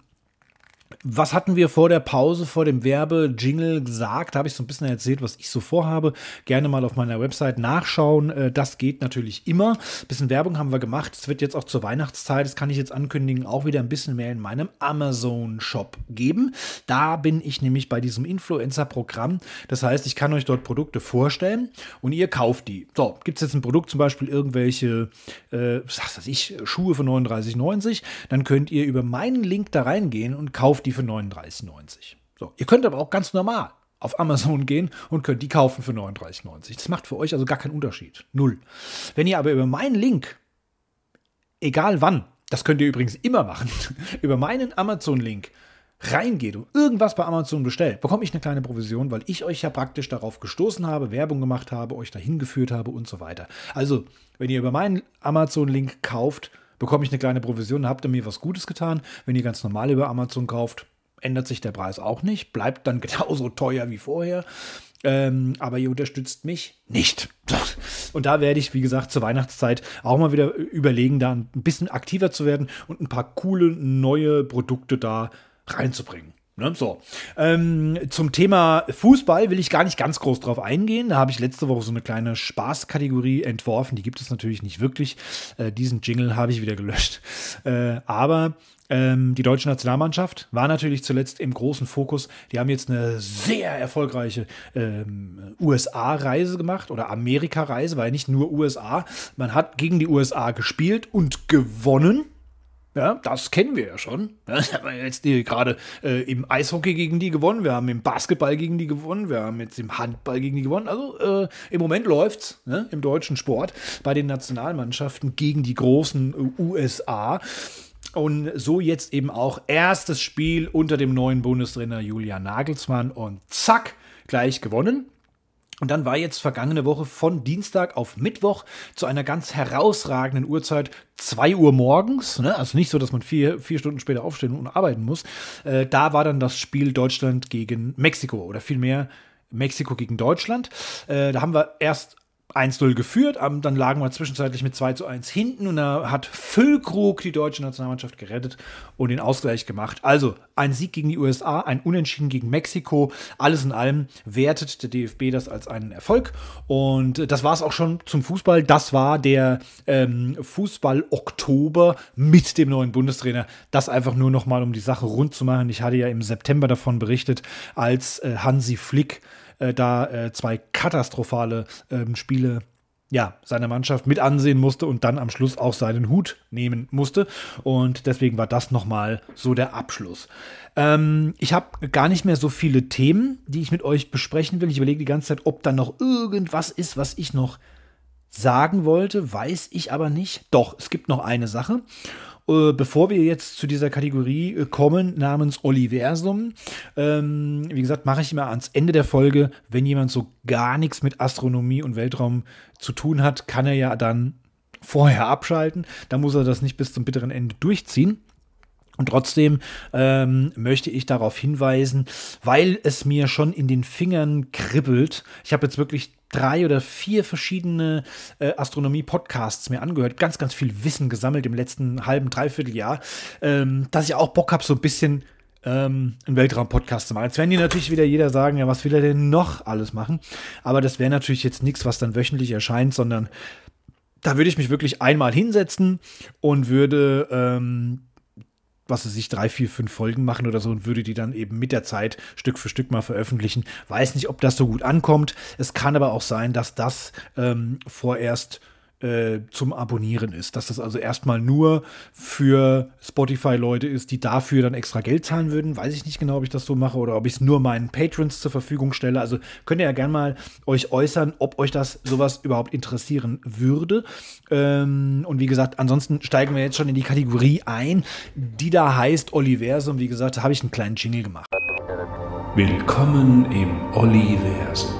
was hatten wir vor der Pause, vor dem Werbe-Jingle gesagt? Da habe ich so ein bisschen erzählt, was ich so vorhabe. Gerne mal auf meiner Website nachschauen. Das geht natürlich immer. Ein bisschen Werbung haben wir gemacht. Es wird jetzt auch zur Weihnachtszeit, das kann ich jetzt ankündigen, auch wieder ein bisschen mehr in meinem Amazon-Shop geben. Da bin ich nämlich bei diesem Influencer-Programm. Das heißt, ich kann euch dort Produkte vorstellen und ihr kauft die. So, gibt es jetzt ein Produkt, zum Beispiel irgendwelche, äh, was weiß ich, Schuhe für neununddreißig neunzig, dann könnt ihr über meinen Link da reingehen und kauft die für neununddreißig neunzig. So, ihr könnt aber auch ganz normal auf Amazon gehen und könnt die kaufen für neununddreißig neunzig. Das macht für euch also gar keinen Unterschied. Null. Wenn ihr aber über meinen Link, egal wann, das könnt ihr übrigens immer machen, über meinen Amazon-Link reingeht und irgendwas bei Amazon bestellt, bekomme ich eine kleine Provision, weil ich euch ja praktisch darauf gestoßen habe, Werbung gemacht habe, euch dahin geführt habe und so weiter. Also, wenn ihr über meinen Amazon-Link kauft, bekomme ich eine kleine Provision, habt ihr mir was Gutes getan. Wenn ihr ganz normal über Amazon kauft, ändert sich der Preis auch nicht, bleibt dann genauso teuer wie vorher. Ähm, aber ihr unterstützt mich nicht. Und da werde ich, wie gesagt, zur Weihnachtszeit auch mal wieder überlegen, da ein bisschen aktiver zu werden und ein paar coole neue Produkte da reinzubringen. Ne? So. Ähm, zum Thema Fußball will ich gar nicht ganz groß drauf eingehen. Da habe ich letzte Woche so eine kleine Spaßkategorie entworfen. Die gibt es natürlich nicht wirklich. Äh, diesen Jingle habe ich wieder gelöscht. Äh, aber ähm, die deutsche Nationalmannschaft war natürlich zuletzt im großen Fokus. Die haben jetzt eine sehr erfolgreiche ähm, U S A-Reise gemacht oder Amerika-Reise, weil nicht nur U S A. Man hat gegen die U S A gespielt und gewonnen. Ja, das kennen wir ja schon. Ja, haben wir jetzt gerade äh, im Eishockey gegen die gewonnen, wir haben im Basketball gegen die gewonnen, wir haben jetzt im Handball gegen die gewonnen. Also äh, im Moment läuft's, ne, im deutschen Sport bei den Nationalmannschaften gegen die großen äh, U S A. Und so jetzt eben auch erstes Spiel unter dem neuen Bundestrainer Julian Nagelsmann und zack, gleich gewonnen. Und dann war jetzt vergangene Woche von Dienstag auf Mittwoch zu einer ganz herausragenden Uhrzeit, zwei Uhr morgens, ne? Also nicht so, dass man vier, vier Stunden später aufstehen und arbeiten muss. Äh, da war dann das Spiel Deutschland gegen Mexiko oder vielmehr Mexiko gegen Deutschland. Äh, da haben wir erst eins null geführt, dann lagen wir zwischenzeitlich mit zwei zu eins hinten und da hat Füllkrug die deutsche Nationalmannschaft gerettet und den Ausgleich gemacht. Also ein Sieg gegen die U S A, ein Unentschieden gegen Mexiko. Alles in allem wertet der D F B das als einen Erfolg. Und das war es auch schon zum Fußball. Das war der ähm, Fußball-Oktober mit dem neuen Bundestrainer. Das einfach nur noch mal, um die Sache rund zu machen. Ich hatte ja im September davon berichtet, als äh, Hansi Flick Äh, da äh, zwei katastrophale ähm, Spiele ja, seiner Mannschaft mit ansehen musste und dann am Schluss auch seinen Hut nehmen musste. Und deswegen war das nochmal so der Abschluss. Ähm, ich habe gar nicht mehr so viele Themen, die ich mit euch besprechen will. Ich überlege die ganze Zeit, ob da noch irgendwas ist, was ich noch sagen wollte. Weiß ich aber nicht. Doch, es gibt noch eine Sache. Bevor wir jetzt zu dieser Kategorie kommen, namens Oliversum, ähm, wie gesagt, mache ich immer ans Ende der Folge, wenn jemand so gar nichts mit Astronomie und Weltraum zu tun hat, kann er ja dann vorher abschalten. Da muss er das nicht bis zum bitteren Ende durchziehen. Und trotzdem ähm, möchte ich darauf hinweisen, weil es mir schon in den Fingern kribbelt. Ich habe jetzt wirklich drei oder vier verschiedene äh, Astronomie-Podcasts mir angehört, ganz, ganz viel Wissen gesammelt im letzten halben, dreiviertel Jahr, ähm, dass ich auch Bock habe, so ein bisschen ähm, einen Weltraum-Podcast zu machen. Jetzt werden die natürlich wieder jeder sagen, ja, was will er denn noch alles machen? Aber das wäre natürlich jetzt nichts, was dann wöchentlich erscheint, sondern da würde ich mich wirklich einmal hinsetzen und würde ähm, was sie sich drei, vier, fünf Folgen machen oder so und würde die dann eben mit der Zeit Stück für Stück mal veröffentlichen. Weiß nicht, ob das so gut ankommt. Es kann aber auch sein, dass das ähm, vorerst äh, zum Abonnieren ist. Dass das also erstmal nur für Spotify-Leute ist, die dafür dann extra Geld zahlen würden. Weiß ich nicht genau, ob ich das so mache oder ob ich es nur meinen Patrons zur Verfügung stelle. Also könnt ihr ja gerne mal euch äußern, ob euch das sowas überhaupt interessieren würde. Ähm, und wie gesagt, ansonsten steigen wir jetzt schon in die Kategorie ein, die da heißt Oliversum. Wie gesagt, da habe ich einen kleinen Jingle gemacht. Willkommen im Oliversum.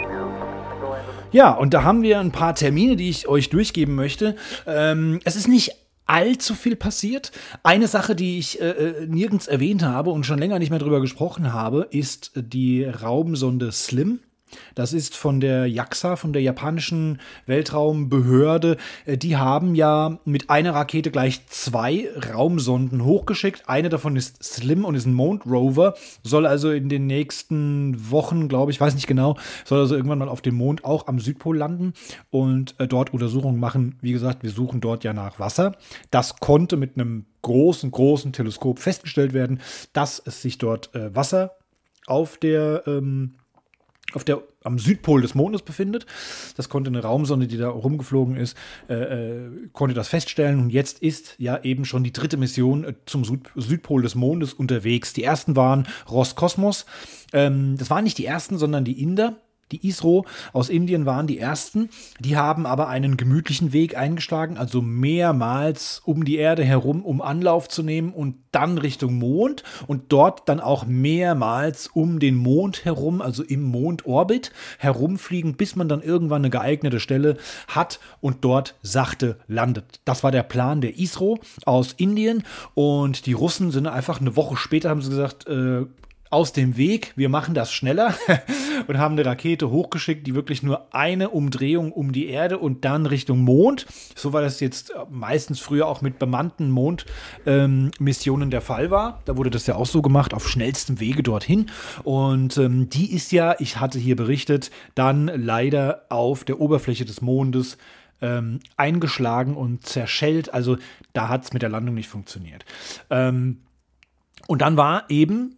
Ja, und da haben wir ein paar Termine, die ich euch durchgeben möchte. Ähm, es ist nicht allzu viel passiert. Eine Sache, die ich äh, nirgends erwähnt habe und schon länger nicht mehr drüber gesprochen habe, ist die Raumsonde SLIM. Das ist von der JAXA, von der japanischen Weltraumbehörde. Die haben ja mit einer Rakete gleich zwei Raumsonden hochgeschickt. Eine davon ist SLIM und ist ein Moon Rover. Soll also in den nächsten Wochen, glaube ich, weiß nicht genau, soll also irgendwann mal auf dem Mond auch am Südpol landen und äh, dort Untersuchungen machen. Wie gesagt, wir suchen dort ja nach Wasser. Das konnte mit einem großen, großen Teleskop festgestellt werden, dass es sich dort äh, Wasser auf der ähm, auf der, am Südpol des Mondes befindet. Das konnte eine Raumsonde, die da rumgeflogen ist, äh, äh, konnte das feststellen. Und jetzt ist ja eben schon die dritte Mission äh, zum Süd- Südpol des Mondes unterwegs. Die ersten waren Roskosmos. Ähm, das waren nicht die ersten, sondern die Inder. Die ISRO aus Indien waren die ersten. Die haben aber einen gemütlichen Weg eingeschlagen, also mehrmals um die Erde herum, um Anlauf zu nehmen und dann Richtung Mond und dort dann auch mehrmals um den Mond herum, also im Mondorbit herumfliegen, bis man dann irgendwann eine geeignete Stelle hat und dort sachte landet. Das war der Plan der ISRO aus Indien und die Russen sind einfach eine Woche später, haben sie gesagt, äh, aus dem Weg, wir machen das schneller und haben eine Rakete hochgeschickt, die wirklich nur eine Umdrehung um die Erde und dann Richtung Mond. So war das jetzt meistens früher auch mit bemannten Mondmissionen ähm, der Fall war. Da wurde das ja auch so gemacht, auf schnellstem Wege dorthin. Und ähm, die ist ja, ich hatte hier berichtet, dann leider auf der Oberfläche des Mondes ähm, eingeschlagen und zerschellt. Also da hat es mit der Landung nicht funktioniert. Ähm, und dann war eben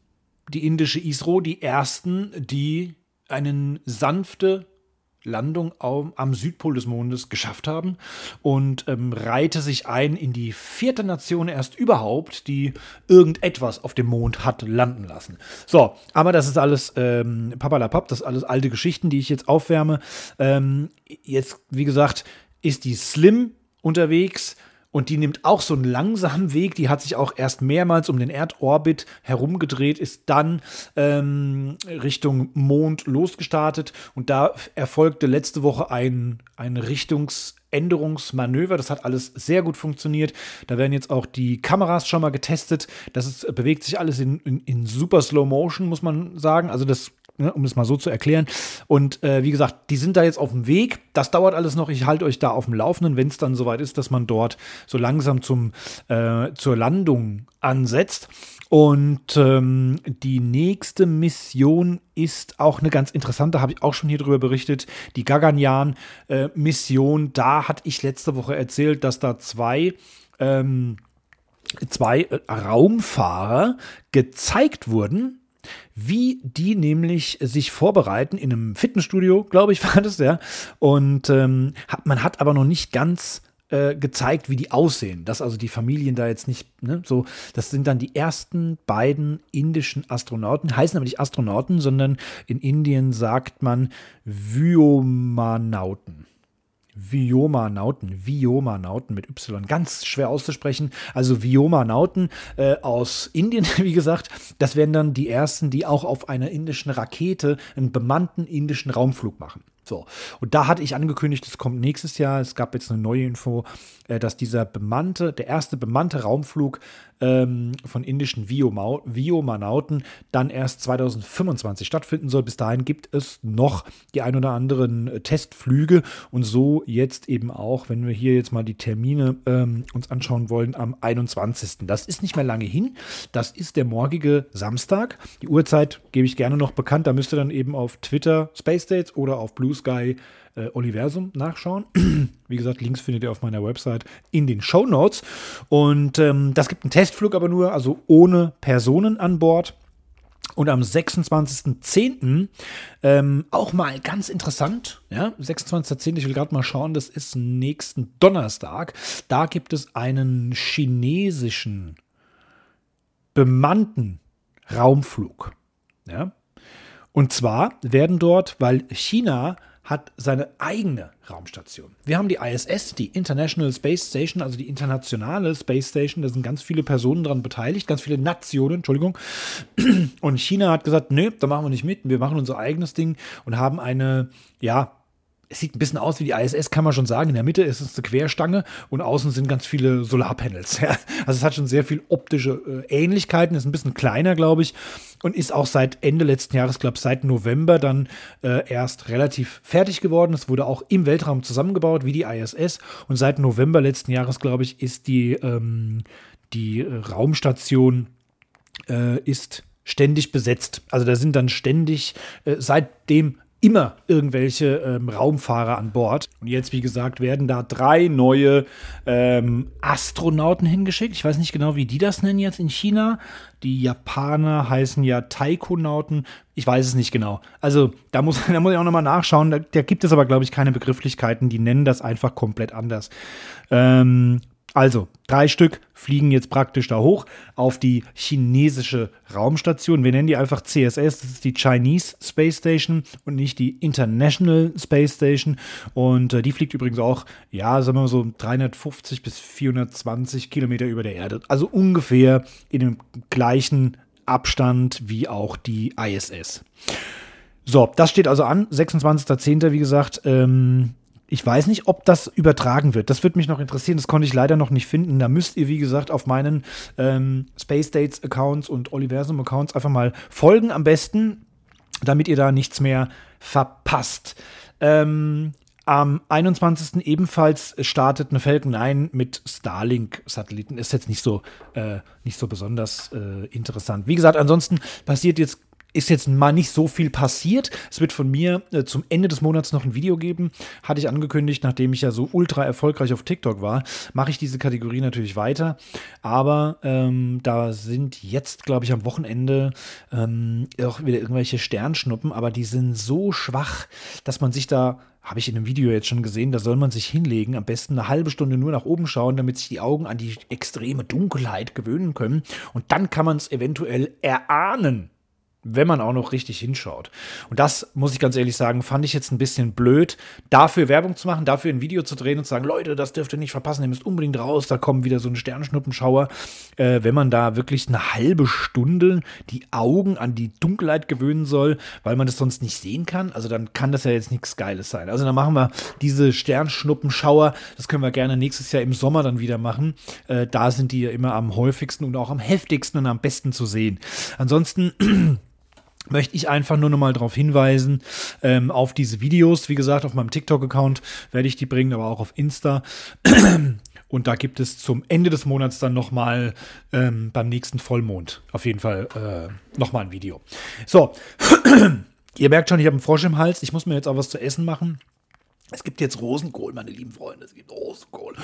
die indische ISRO die ersten, die eine sanfte Landung am, am Südpol des Mondes geschafft haben und ähm, reihte sich ein in die vierte Nation erst überhaupt, die irgendetwas auf dem Mond hat landen lassen. So, aber das ist alles ähm, papalapap, das sind alles alte Geschichten, die ich jetzt aufwärme. Ähm, jetzt, wie gesagt, ist die SLIM unterwegs Und die nimmt auch so einen langsamen Weg. Die hat sich auch erst mehrmals um den Erdorbit herumgedreht, ist dann ähm, Richtung Mond losgestartet. Und da erfolgte letzte Woche ein, ein Richtungsänderungsmanöver. Das hat alles sehr gut funktioniert. Da werden jetzt auch die Kameras schon mal getestet. Das ist, bewegt sich alles in, in, in super Slow Motion, muss man sagen. Also das, ne, um es mal so zu erklären. Und äh, wie gesagt, die sind da jetzt auf dem Weg. Das dauert alles noch. Ich halte euch da auf dem Laufenden, wenn es dann soweit ist, dass man dort so langsam zum, äh, zur Landung ansetzt. Und ähm, die nächste Mission ist auch eine ganz interessante, habe ich auch schon hier drüber berichtet, die Gaganyaan-Mission. Äh, da hatte ich letzte Woche erzählt, dass da zwei, ähm, zwei äh, Raumfahrer gezeigt wurden, wie die nämlich sich vorbereiten in einem Fitnessstudio, glaube ich, war das, ja. Und ähm, hat, man hat aber noch nicht ganz äh, gezeigt, wie die aussehen. Dass also die Familien da jetzt nicht, ne, so, das sind dann die ersten beiden indischen Astronauten, heißen aber nicht Astronauten, sondern in Indien sagt man Vyomanauten. Vyomanauten, Vyomanauten mit Y, ganz schwer auszusprechen. Also Vyomanauten äh, aus Indien, wie gesagt, das wären dann die ersten, die auch auf einer indischen Rakete einen bemannten indischen Raumflug machen. So, und da hatte ich angekündigt, es kommt nächstes Jahr. Es gab jetzt eine neue Info, äh, dass dieser bemannte, der erste bemannte Raumflug ähm, von indischen Vyomanauten dann erst zwanzig fünfundzwanzig stattfinden soll. Bis dahin gibt es noch die ein oder anderen äh, Testflüge und so jetzt eben auch, wenn wir hier jetzt mal die Termine ähm, uns anschauen wollen, am einundzwanzigsten Das ist nicht mehr lange hin. Das ist der morgige Samstag. Die Uhrzeit gebe ich gerne noch bekannt. Da müsst ihr dann eben auf Twitter Space Dates oder auf Blue Sky äh, Universum nachschauen. Wie gesagt, Links findet ihr auf meiner Website in den Shownotes. Und ähm, das gibt einen Testflug, aber nur, also ohne Personen an Bord. Und am sechsundzwanzigsten zehnten ähm, auch mal ganz interessant, ja, sechsundzwanzigsten zehnten ich will gerade mal schauen, das ist nächsten Donnerstag. Da gibt es einen chinesischen bemannten Raumflug. Ja. Und zwar werden dort, weil China hat seine eigene Raumstation. Wir haben die I S S, die International Space Station, also die internationale Space Station. Da sind ganz viele Personen dran beteiligt, ganz viele Nationen, Entschuldigung. Und China hat gesagt, nee, da machen wir nicht mit. Wir machen unser eigenes Ding und haben eine, ja, es sieht ein bisschen aus wie die I S S, kann man schon sagen. In der Mitte ist es eine Querstange und außen sind ganz viele Solarpanels. Ja. Also es hat schon sehr viel optische äh, Ähnlichkeiten, ist ein bisschen kleiner, glaube ich, und ist auch seit Ende letzten Jahres, glaube ich, seit November dann äh, erst relativ fertig geworden. Es wurde auch im Weltraum zusammengebaut, wie die I S S. Und seit November letzten Jahres, glaube ich, ist die, ähm, die äh, Raumstation äh, ist ständig besetzt. Also da sind dann ständig, äh, seitdem immer irgendwelche ähm, Raumfahrer an Bord. Und jetzt, wie gesagt, werden da drei neue ähm, Astronauten hingeschickt. Ich weiß nicht genau, wie die das nennen jetzt in China. Die Japaner heißen ja Taikonauten. Ich weiß es nicht genau. Also da muss, da muss ich auch nochmal nachschauen. Da, da gibt es aber, glaube ich, keine Begrifflichkeiten. Die nennen das einfach komplett anders. Ähm, Also, drei Stück fliegen jetzt praktisch da hoch auf die chinesische Raumstation. Wir nennen die einfach C S S, das ist die Chinese Space Station und nicht die International Space Station. Und äh, die fliegt übrigens auch, ja, sagen wir mal so dreihundertfünfzig bis vierhundertzwanzig Kilometer über der Erde. Also ungefähr in dem gleichen Abstand wie auch die I S S. So, das steht also an, sechsundzwanzigsten zehnten wie gesagt, ähm, ich weiß nicht, ob das übertragen wird. Das würde mich noch interessieren. Das konnte ich leider noch nicht finden. Da müsst ihr, wie gesagt, auf meinen ähm, Space Dates Accounts und Oliversum Accounts einfach mal folgen am besten, damit ihr da nichts mehr verpasst. Ähm, am einundzwanzigsten ebenfalls startet eine Falcon neun mit Starlink-Satelliten. Ist jetzt nicht so, äh, nicht so besonders äh, interessant. Wie gesagt, ansonsten passiert jetzt Ist jetzt mal nicht so viel passiert. Es wird von mir äh, zum Ende des Monats noch ein Video geben. Hatte ich angekündigt, nachdem ich ja so ultra erfolgreich auf TikTok war, mache ich diese Kategorie natürlich weiter. Aber ähm, da sind jetzt, glaube ich, am Wochenende ähm, auch wieder irgendwelche Sternschnuppen. Aber die sind so schwach, dass man sich da, habe ich in einem Video jetzt schon gesehen, da soll man sich hinlegen, am besten eine halbe Stunde nur nach oben schauen, damit sich die Augen an die extreme Dunkelheit gewöhnen können. Und dann kann man es eventuell erahnen, wenn man auch noch richtig hinschaut. Und das, muss ich ganz ehrlich sagen, fand ich jetzt ein bisschen blöd, dafür Werbung zu machen, dafür ein Video zu drehen und zu sagen, Leute, das dürft ihr nicht verpassen, ihr müsst unbedingt raus, da kommen wieder so ein Sternschnuppenschauer. Äh, wenn man da wirklich eine halbe Stunde die Augen an die Dunkelheit gewöhnen soll, weil man das sonst nicht sehen kann, also dann kann das ja jetzt nichts Geiles sein. Also dann machen wir diese Sternschnuppenschauer, das können wir gerne nächstes Jahr im Sommer dann wieder machen. Äh, da sind die ja immer am häufigsten und auch am heftigsten und am besten zu sehen. Ansonsten möchte ich einfach nur noch mal darauf hinweisen, ähm, auf diese Videos. Wie gesagt, auf meinem TikTok-Account werde ich die bringen, aber auch auf Insta. Und da gibt es zum Ende des Monats dann noch mal ähm, beim nächsten Vollmond auf jeden Fall äh, noch mal ein Video. So, ihr merkt schon, ich habe einen Frosch im Hals. Ich muss mir jetzt auch was zu essen machen. Es gibt jetzt Rosenkohl, meine lieben Freunde. Es gibt Rosenkohl.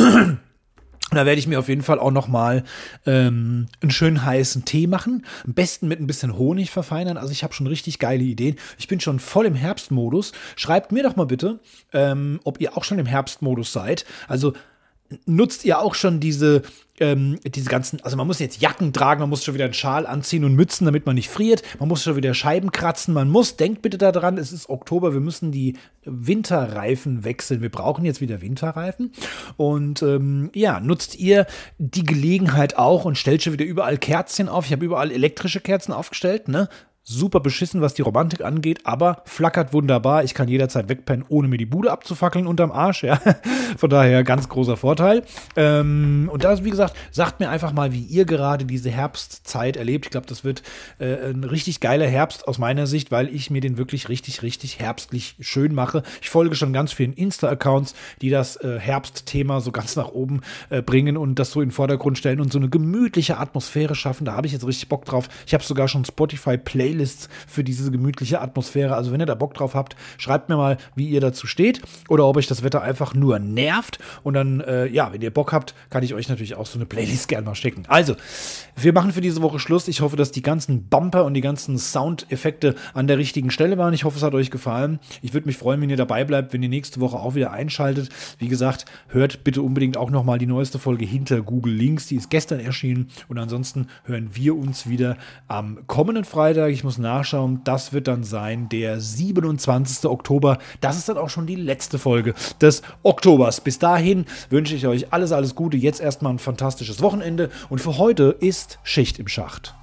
Da werde ich mir auf jeden Fall auch nochmal ähm, einen schönen heißen Tee machen. Am besten mit ein bisschen Honig verfeinern. Also ich habe schon richtig geile Ideen. Ich bin schon voll im Herbstmodus. Schreibt mir doch mal bitte, ähm, ob ihr auch schon im Herbstmodus seid. Also nutzt ihr auch schon diese, ähm, diese ganzen, also man muss jetzt Jacken tragen, man muss schon wieder einen Schal anziehen und Mützen, damit man nicht friert. Man muss schon wieder Scheiben kratzen. Man muss, denkt bitte daran, es ist Oktober, wir müssen die Winterreifen wechseln. Wir brauchen jetzt wieder Winterreifen. Und ähm, ja, nutzt ihr die Gelegenheit auch und stellt schon wieder überall Kerzchen auf. Ich habe überall elektrische Kerzen aufgestellt, ne? Super beschissen, was die Romantik angeht, aber flackert wunderbar. Ich kann jederzeit wegpennen, ohne mir die Bude abzufackeln unterm Arsch. Ja. Von daher ganz großer Vorteil. Ähm, und das, wie gesagt, sagt mir einfach mal, wie ihr gerade diese Herbstzeit erlebt. Ich glaube, das wird äh, ein richtig geiler Herbst aus meiner Sicht, weil ich mir den wirklich richtig, richtig herbstlich schön mache. Ich folge schon ganz vielen Insta-Accounts, die das äh, Herbstthema so ganz nach oben äh, bringen und das so in den Vordergrund stellen und so eine gemütliche Atmosphäre schaffen. Da habe ich jetzt richtig Bock drauf. Ich habe sogar schon Spotify-Playlists für diese gemütliche Atmosphäre. Also wenn ihr da Bock drauf habt, schreibt mir mal, wie ihr dazu steht oder ob euch das Wetter einfach nur nervt. Und dann, äh, ja, wenn ihr Bock habt, kann ich euch natürlich auch so eine Playlist gerne mal schicken. Also, wir machen für diese Woche Schluss. Ich hoffe, dass die ganzen Bumper und die ganzen Soundeffekte an der richtigen Stelle waren. Ich hoffe, es hat euch gefallen. Ich würde mich freuen, wenn ihr dabei bleibt, wenn ihr nächste Woche auch wieder einschaltet. Wie gesagt, hört bitte unbedingt auch nochmal die neueste Folge hinter Google Links. Die ist gestern erschienen. Und ansonsten hören wir uns wieder am kommenden Freitag. Ich muss nachschauen, das wird dann sein der siebenundzwanzigste Oktober. Das ist dann auch schon die letzte Folge des Oktobers. Bis dahin wünsche ich euch alles, alles Gute. Jetzt erstmal ein fantastisches Wochenende und für heute ist Schicht im Schacht.